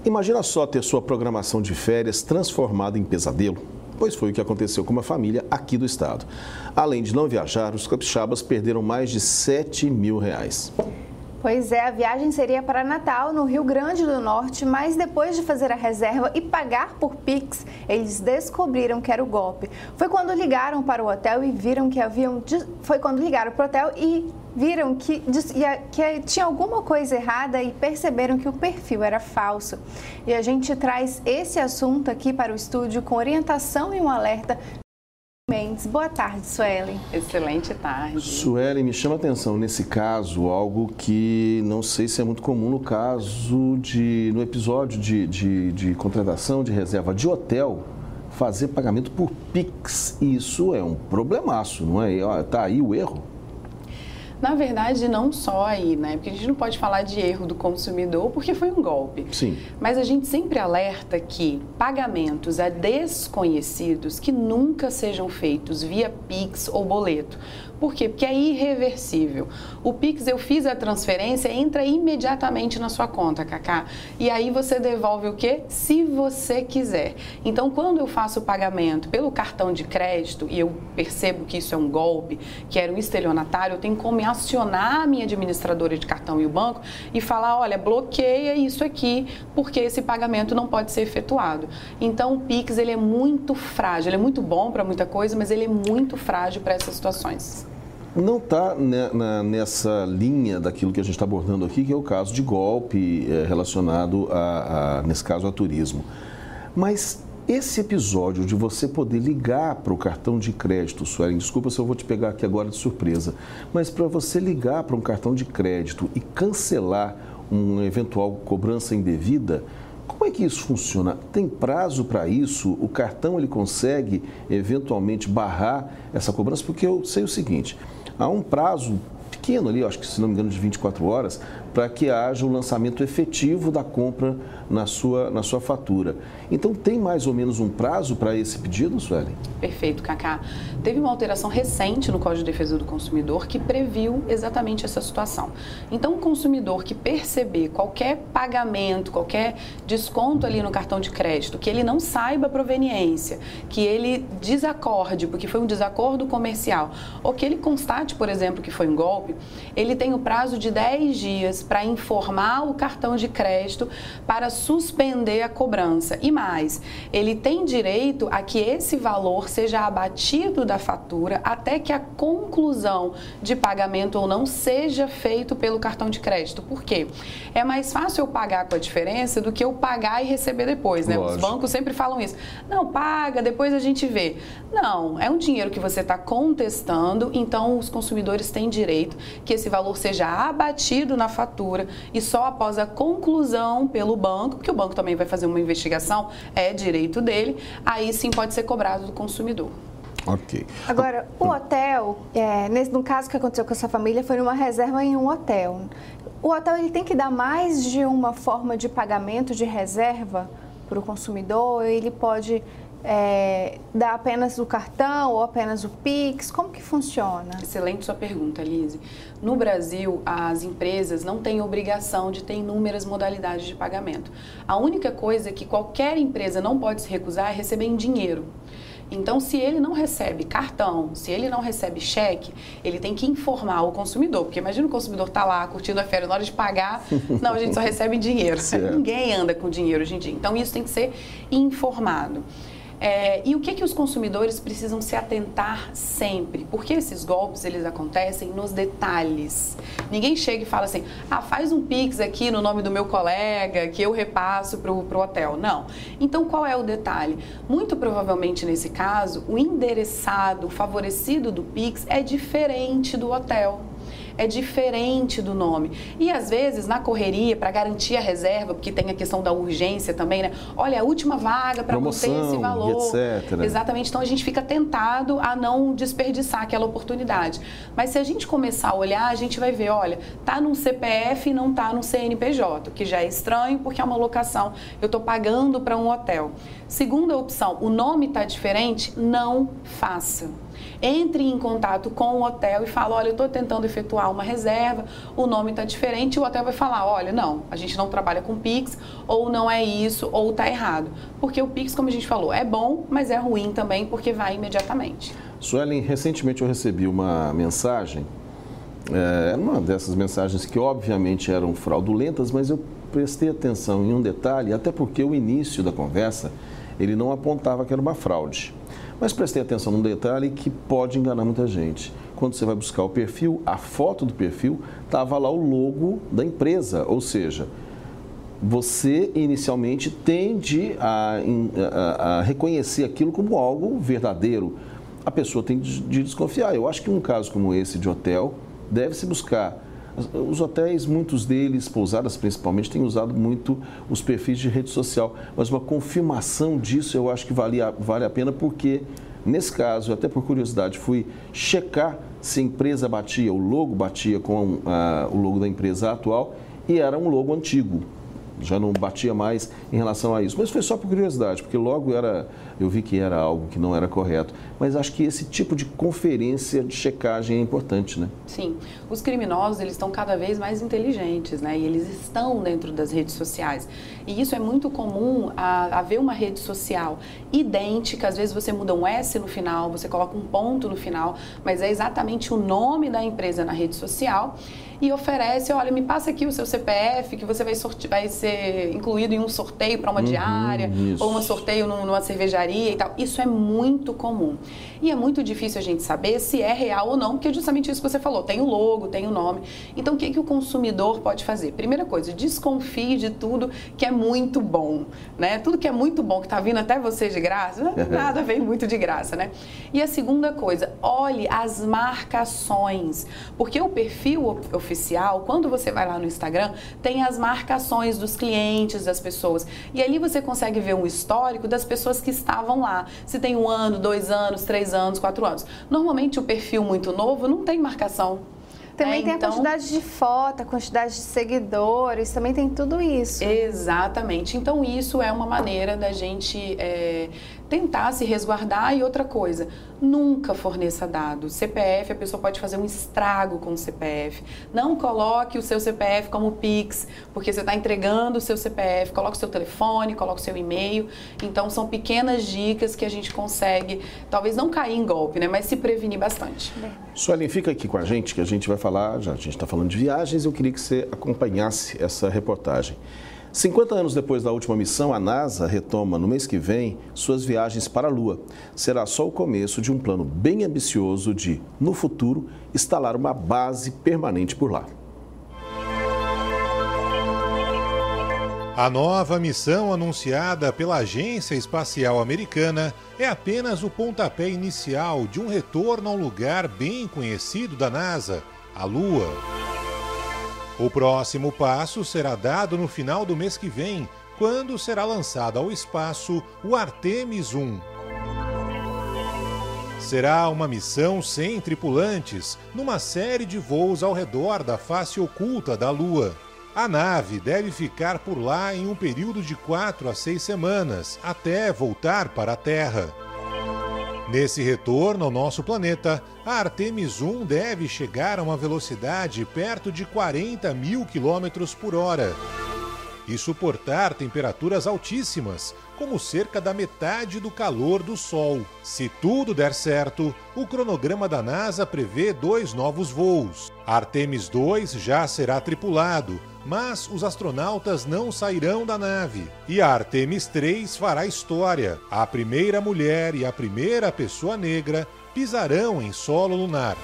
Imagina só ter sua programação de férias transformada em pesadelo, pois foi o que aconteceu com uma família aqui do estado. Além de não viajar, os capixabas perderam mais de R$7 mil. Pois é, a viagem seria para Natal, no Rio Grande do Norte, mas depois de fazer a reserva e pagar por Pix, eles descobriram que era o golpe. Foi quando ligaram para o hotel e viram que viram que tinha alguma coisa errada e perceberam que o perfil era falso. E a gente traz esse assunto aqui para o estúdio com orientação e um alerta. Mendes. Boa tarde, Suelen. Excelente tarde. Suelen, me chama a atenção nesse caso, algo que não sei se é muito comum no episódio de contratação de reserva de hotel, fazer pagamento por Pix. Isso é um problemaço, não é? Tá aí o erro. Na verdade, não só aí, né? Porque a gente não pode falar de erro do consumidor porque foi um golpe. Sim. Mas a gente sempre alerta que pagamentos a desconhecidos que nunca sejam feitos via Pix ou boleto. Por quê? Porque é irreversível. O Pix, eu fiz a transferência, entra imediatamente na sua conta, Cacá. E aí você devolve o quê? Se você quiser. Então, quando eu faço o pagamento pelo cartão de crédito e eu percebo que isso é um golpe, que era um estelionatário, eu tenho como acionar a minha administradora de cartão e o banco e falar, olha, bloqueia isso aqui, porque esse pagamento não pode ser efetuado. Então, o Pix, ele é muito frágil, ele é muito bom para muita coisa, mas ele é muito frágil para essas situações. Não está nessa linha daquilo que a gente está abordando aqui, que é o caso de golpe relacionado, nesse caso, a turismo. Mas esse episódio de você poder ligar para o cartão de crédito, Suelen, desculpa se eu vou te pegar aqui agora de surpresa, mas para você ligar para um cartão de crédito e cancelar uma eventual cobrança indevida, como é que isso funciona? Tem prazo para isso? O cartão ele consegue eventualmente barrar essa cobrança? Porque eu sei o seguinte, há um prazo pequeno ali, acho que se não me engano de 24 horas, para que haja o lançamento efetivo da compra na sua fatura. Então, tem mais ou menos um prazo para esse pedido, Suelen? Perfeito, Cacá. Teve uma alteração recente no Código de Defesa do Consumidor que previu exatamente essa situação. Então, o consumidor que perceber qualquer pagamento, qualquer desconto ali no cartão de crédito, que ele não saiba a proveniência, que ele desacorde, porque foi um desacordo comercial, ou que ele constate, por exemplo, que foi um golpe, ele tem o prazo de 10 dias para informar o cartão de crédito para suspender a cobrança. E mais, ele tem direito a que esse valor seja abatido da fatura até que a conclusão de pagamento ou não seja feito pelo cartão de crédito. Por quê? É mais fácil eu pagar com a diferença do que eu pagar e receber depois, né? Lógico. Os bancos sempre falam isso. Não, paga, depois a gente vê. Não, é um dinheiro que você está contestando, então os consumidores têm direito que esse valor seja abatido na fatura e só após a conclusão pelo banco, porque o banco também vai fazer uma investigação, é direito dele, aí sim pode ser cobrado do consumidor. Ok. Agora, o hotel, no caso que aconteceu com essa família, foi numa reserva em um hotel. O hotel ele tem que dar mais de uma forma de pagamento de reserva para o consumidor, ou ele pode dar apenas o cartão ou apenas o Pix? Como que funciona? Excelente sua pergunta, Lise. No Brasil, as empresas não têm obrigação de ter inúmeras modalidades de pagamento. A única coisa que qualquer empresa não pode se recusar é receber em dinheiro. Então, se ele não recebe cartão, se ele não recebe cheque, ele tem que informar o consumidor. Porque imagina o consumidor tá lá curtindo a férias, na hora de pagar, não, a gente só recebe dinheiro. Ninguém anda com dinheiro hoje em dia. Então, isso tem que ser informado. E o que os consumidores precisam se atentar sempre? Porque esses golpes, eles acontecem nos detalhes. Ninguém chega e fala assim, faz um Pix aqui no nome do meu colega, que eu repasso para o hotel. Não. Então, qual é o detalhe? Muito provavelmente, nesse caso, o endereçado, o favorecido do Pix é diferente do hotel. É diferente do nome. E às vezes, na correria, para garantir a reserva, porque tem a questão da urgência também, né? Olha, a última vaga para manter esse valor. Etc. Exatamente. Então a gente fica tentado a não desperdiçar aquela oportunidade. Mas se a gente começar a olhar, a gente vai ver, olha, tá num CPF e não tá no CNPJ, que já é estranho porque é uma locação. Eu estou pagando para um hotel. Segunda opção, o nome está diferente? Não faça. entre em contato com o hotel e fala, olha, eu estou tentando efetuar uma reserva, o nome está diferente, e o hotel vai falar, olha, não, a gente não trabalha com Pix, ou não é isso, ou está errado. Porque o Pix, como a gente falou, é bom, mas é ruim também, porque vai imediatamente. Suelen, recentemente eu recebi uma mensagem, uma dessas mensagens que obviamente eram fraudulentas, mas eu prestei atenção em um detalhe, até porque o início da conversa, ele não apontava que era uma fraude. Mas prestei atenção num detalhe que pode enganar muita gente. Quando você vai buscar o perfil, a foto do perfil, estava lá o logo da empresa, ou seja, você inicialmente tende a reconhecer aquilo como algo verdadeiro. A pessoa tem de desconfiar. Eu acho que um caso como esse de hotel deve-se buscar. Os hotéis, muitos deles, pousadas principalmente, têm usado muito os perfis de rede social, mas uma confirmação disso eu acho que vale a pena, porque nesse caso, até por curiosidade, fui checar se a empresa batia, o logo batia com o logo da empresa atual, e era um logo antigo. Já não batia mais em relação a isso. Mas foi só por curiosidade, porque logo eu vi que era algo que não era correto. Mas acho que esse tipo de conferência de checagem é importante, né? Sim. Os criminosos, eles estão cada vez mais inteligentes, né? E eles estão dentro das redes sociais. E isso é muito comum haver uma rede social idêntica. Às vezes você muda um S no final, você coloca um ponto no final, mas é exatamente o nome da empresa na rede social. E oferece, olha, me passa aqui o seu CPF, que você vai ser incluído em um sorteio para uma diária, ou um sorteio numa cervejaria e tal. Isso é muito comum. E é muito difícil a gente saber se é real ou não, porque é justamente isso que você falou, tem o logo, tem o nome. Então, o que o consumidor pode fazer? Primeira coisa, desconfie de tudo que é muito bom, né? Tudo que é muito bom, que está vindo até você de graça, nada vem muito de graça, né? E a segunda coisa, olhe as marcações, porque o perfil oficial, quando você vai lá no Instagram, tem as marcações dos clientes, das pessoas. E ali você consegue ver um histórico das pessoas que estavam lá. Se tem 1 ano, 2 anos, 3 anos, 4 anos. Normalmente o perfil muito novo não tem marcação. Também tem a quantidade de foto, a quantidade de seguidores, também tem tudo isso. Exatamente. Então isso é uma maneira da gente tentar se resguardar. E outra coisa, nunca forneça dados. CPF, a pessoa pode fazer um estrago com o CPF. Não coloque o seu CPF como Pix, porque você está entregando o seu CPF. Coloque o seu telefone, coloque o seu e-mail. Então são pequenas dicas que a gente consegue, talvez não cair em golpe, né, mas se prevenir bastante. Suelen, fica aqui com a gente, que a gente vai falar, já a gente está falando de viagens, eu queria que você acompanhasse essa reportagem. 50 anos depois da última missão, a NASA retoma no mês que vem suas viagens para a Lua. Será só o começo de um plano bem ambicioso de, no futuro, instalar uma base permanente por lá. A nova missão anunciada pela Agência Espacial Americana é apenas o pontapé inicial de um retorno a um lugar bem conhecido da NASA, a Lua. O próximo passo será dado no final do mês que vem, quando será lançado ao espaço o Artemis 1. Será uma missão sem tripulantes, numa série de voos ao redor da face oculta da Lua. A nave deve ficar por lá em um período de 4 a 6 semanas, até voltar para a Terra. Nesse retorno ao nosso planeta, a Artemis 1 deve chegar a uma velocidade perto de 40 mil quilômetros por hora e suportar temperaturas altíssimas, como cerca da metade do calor do Sol. Se tudo der certo, o cronograma da NASA prevê 2 novos voos. Artemis 2 já será tripulado, mas os astronautas não sairão da nave. E a Artemis 3 fará história. A primeira mulher e a primeira pessoa negra pisarão em solo lunar.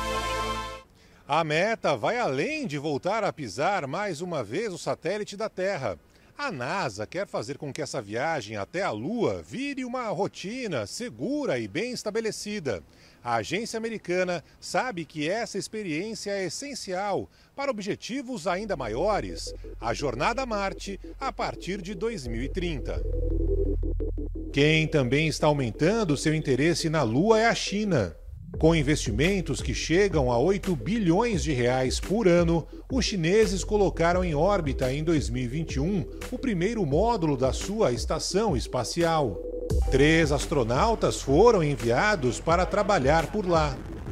A meta vai além de voltar a pisar mais uma vez o satélite da Terra. A NASA quer fazer com que essa viagem até a Lua vire uma rotina segura e bem estabelecida. A agência americana sabe que essa experiência é essencial para objetivos ainda maiores, a jornada a Marte a partir de 2030. Quem também está aumentando seu interesse na Lua é a China. Com investimentos que chegam a 8 bilhões de reais por ano, os chineses colocaram em órbita em 2021 o primeiro módulo da sua estação espacial. 3 astronautas foram enviados para trabalhar por lá.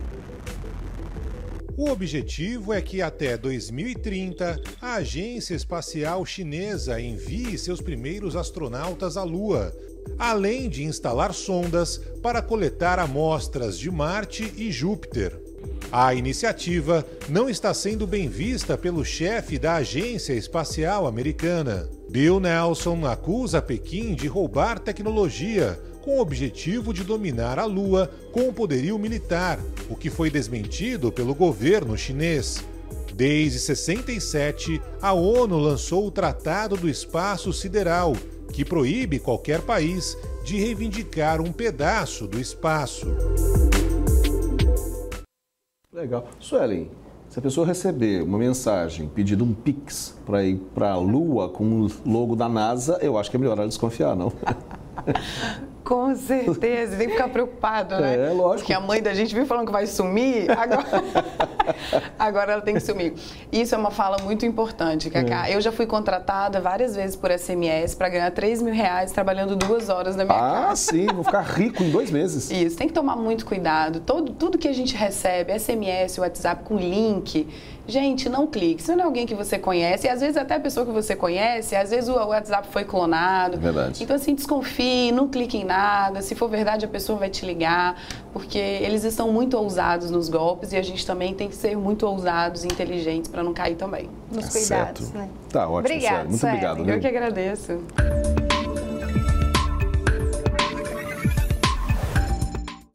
O objetivo é que até 2030 a Agência Espacial Chinesa envie seus primeiros astronautas à Lua, além de instalar sondas para coletar amostras de Marte e Júpiter. A iniciativa não está sendo bem vista pelo chefe da Agência Espacial Americana. Bill Nelson acusa Pequim de roubar tecnologia com o objetivo de dominar a Lua com o poderio militar, o que foi desmentido pelo governo chinês. Desde 67, a ONU lançou o Tratado do Espaço Sideral, que proíbe qualquer país de reivindicar um pedaço do espaço. Legal. Suelen, se a pessoa receber uma mensagem pedindo um Pix para ir para a Lua com o logo da NASA, eu acho que é melhor ela desconfiar, não? Com certeza, tem que ficar preocupado, né? É, lógico. Porque a mãe da gente vive falando que vai sumir, agora ela tem que sumir. Isso é uma fala muito importante, Cacá. Eu já fui contratada várias vezes por SMS para ganhar R$3.000 trabalhando 2 horas na minha casa. Ah, sim, vou ficar rico em 2 meses. Isso, tem que tomar muito cuidado. Tudo que a gente recebe, SMS, WhatsApp com link, gente, não clique. Se não é alguém que você conhece, e às vezes até a pessoa que você conhece, às vezes o WhatsApp foi clonado. Verdade. Então, assim, desconfie, não clique em nada. Se for verdade, a pessoa vai te ligar, porque eles estão muito ousados nos golpes e a gente também tem que ser muito ousados e inteligentes para não cair também. Nos cuidados, né? Tá ótimo, Obrigada, Suelen. Muito obrigado. Eu que agradeço.